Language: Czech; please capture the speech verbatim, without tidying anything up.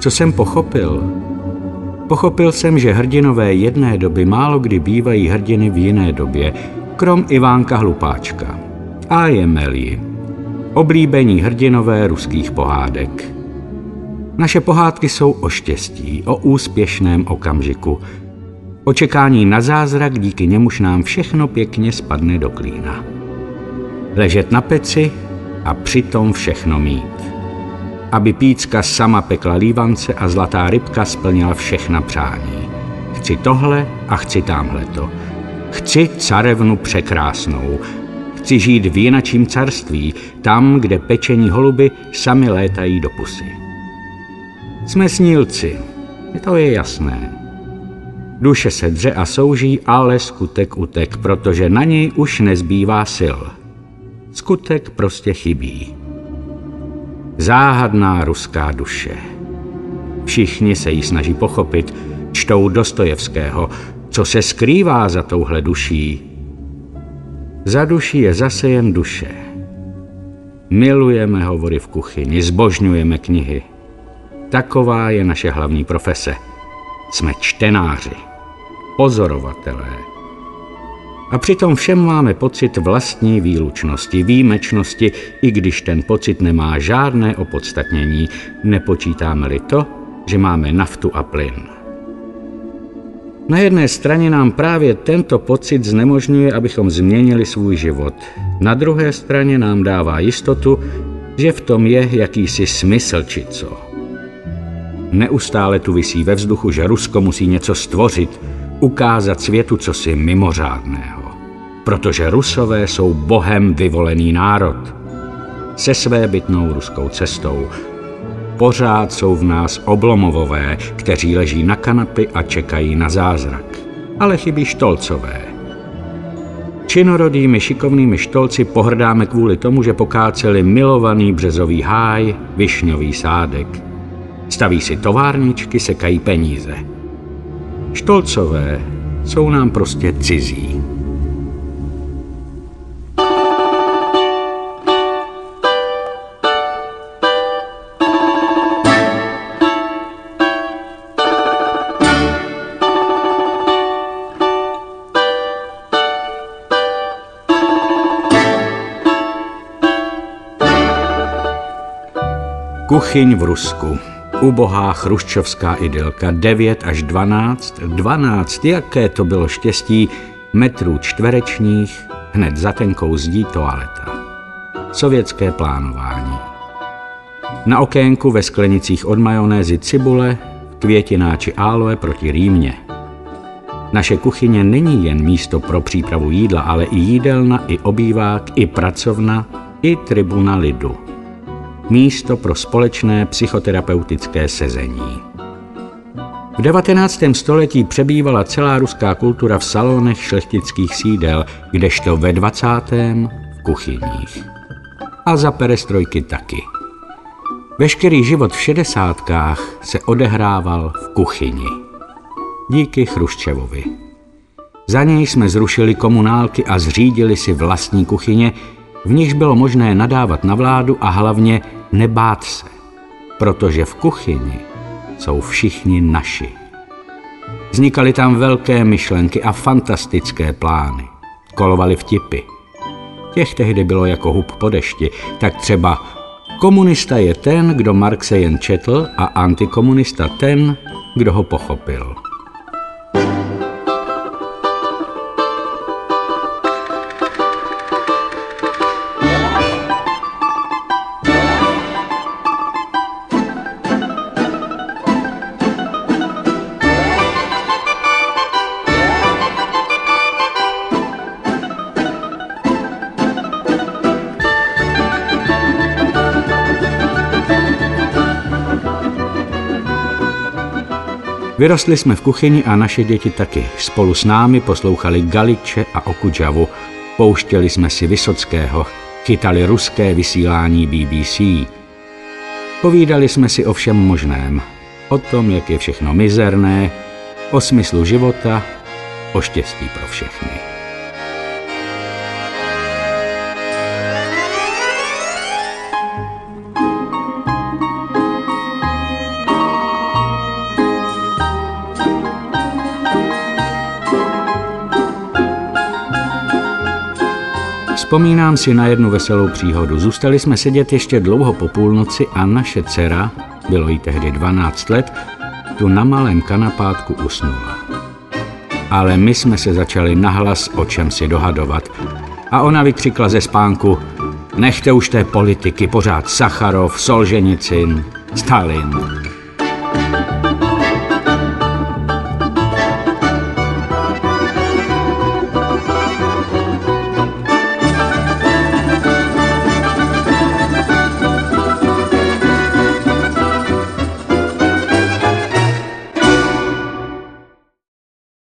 Co jsem pochopil? Pochopil jsem, že hrdinové jedné doby málo kdy bývají hrdiny v jiné době, krom Ivánka Hlupáčka. A je Melji. Oblíbení hrdinové ruských pohádek. Naše pohádky jsou o štěstí, o úspěšném okamžiku. O čekání na zázrak, díky němuž nám všechno pěkně spadne do klína. Ležet na peci a přitom všechno mít. Aby pícka sama pekla lívance a zlatá rybka splnila všechna přání. Chci tohle a chci támhleto. Chci carevnu překrásnou. Chci žít v jinačím carství, tam, kde pečení holuby sami létají do pusy. Jsme snílci, to je jasné. Duše se dře a souží, ale skutek utek, protože na něj už nezbývá sil. Skutek prostě chybí. Záhadná ruská duše. Všichni se jí snaží pochopit, čtou Dostojevského, co se skrývá za touhle duší. Za duší je zase jen duše. Milujeme hovory v kuchyni, zbožňujeme knihy. Taková je naše hlavní profese. Jsme čtenáři, pozorovatelé. A přitom všem máme pocit vlastní výlučnosti, výjimečnosti, i když ten pocit nemá žádné opodstatnění, nepočítáme-li to, že máme naftu a plyn. Na jedné straně nám právě tento pocit znemožňuje, abychom změnili svůj život. Na druhé straně nám dává jistotu, že v tom je jakýsi smysl či co. Neustále tu visí ve vzduchu, že Rusko musí něco stvořit, ukázat světu cosi mimořádného. Protože Rusové jsou bohem vyvolený národ. Se svébytnou ruskou cestou. Pořád jsou v nás oblomovové, kteří leží na kanapy a čekají na zázrak. Ale chybí štolcové. Činorodými šikovnými štolci pohrdáme kvůli tomu, že pokáceli milovaný březový háj, višňový sádek. Staví si továrničky, sekají peníze. Štolcové jsou nám prostě cizí. Kuchyň v Rusku. Ubohá chruščovská idylka, devět až dvanáct, dvanáct, jaké to bylo štěstí, metrů čtverečních, hned za tenkou zdí toaleta. Sovětské plánování. Na okénku ve sklenicích od majonézy cibule, květináči aloe proti rýmě. Naše kuchyně není jen místo pro přípravu jídla, ale i jídelna, i obývák, i pracovna, i tribuna lidu. Místo pro společné psychoterapeutické sezení. V devatenáctém století přebývala celá ruská kultura v salonech šlechtických sídel, kdežto ve dvacátém v kuchyních. A za perestrojky taky. Veškerý život v šedesátkách se odehrával v kuchyni. Díky Chruščevovi. Za něj jsme zrušili komunálky a zřídili si vlastní kuchyně, v nichž bylo možné nadávat na vládu a hlavně nebát se, protože v kuchyni jsou všichni naši. Vznikaly tam velké myšlenky a fantastické plány. Kolovaly vtipy. Těch tehdy bylo jako hub po dešti, tak třeba komunista je ten, kdo Marxe jen četl, a antikomunista ten, kdo ho pochopil. Vyrostli jsme v kuchyni a naše děti taky. Spolu s námi poslouchali Galiče a Okudžavu, pouštěli jsme si Vysockého, chytali ruské vysílání B B C. Povídali jsme si o všem možném, o tom, jak je všechno mizerné, o smyslu života, o štěstí pro všechny. Vzpomínám si na jednu veselou příhodu. Zůstali jsme sedět ještě dlouho po půlnoci a naše dcera, bylo jí tehdy dvanáct let, tu na malém kanapátku usnula. Ale my jsme se začali nahlas o čem si dohadovat. A ona vykřikla ze spánku: nechte už té politiky, pořád Sacharov, Solženicyn, Stalin.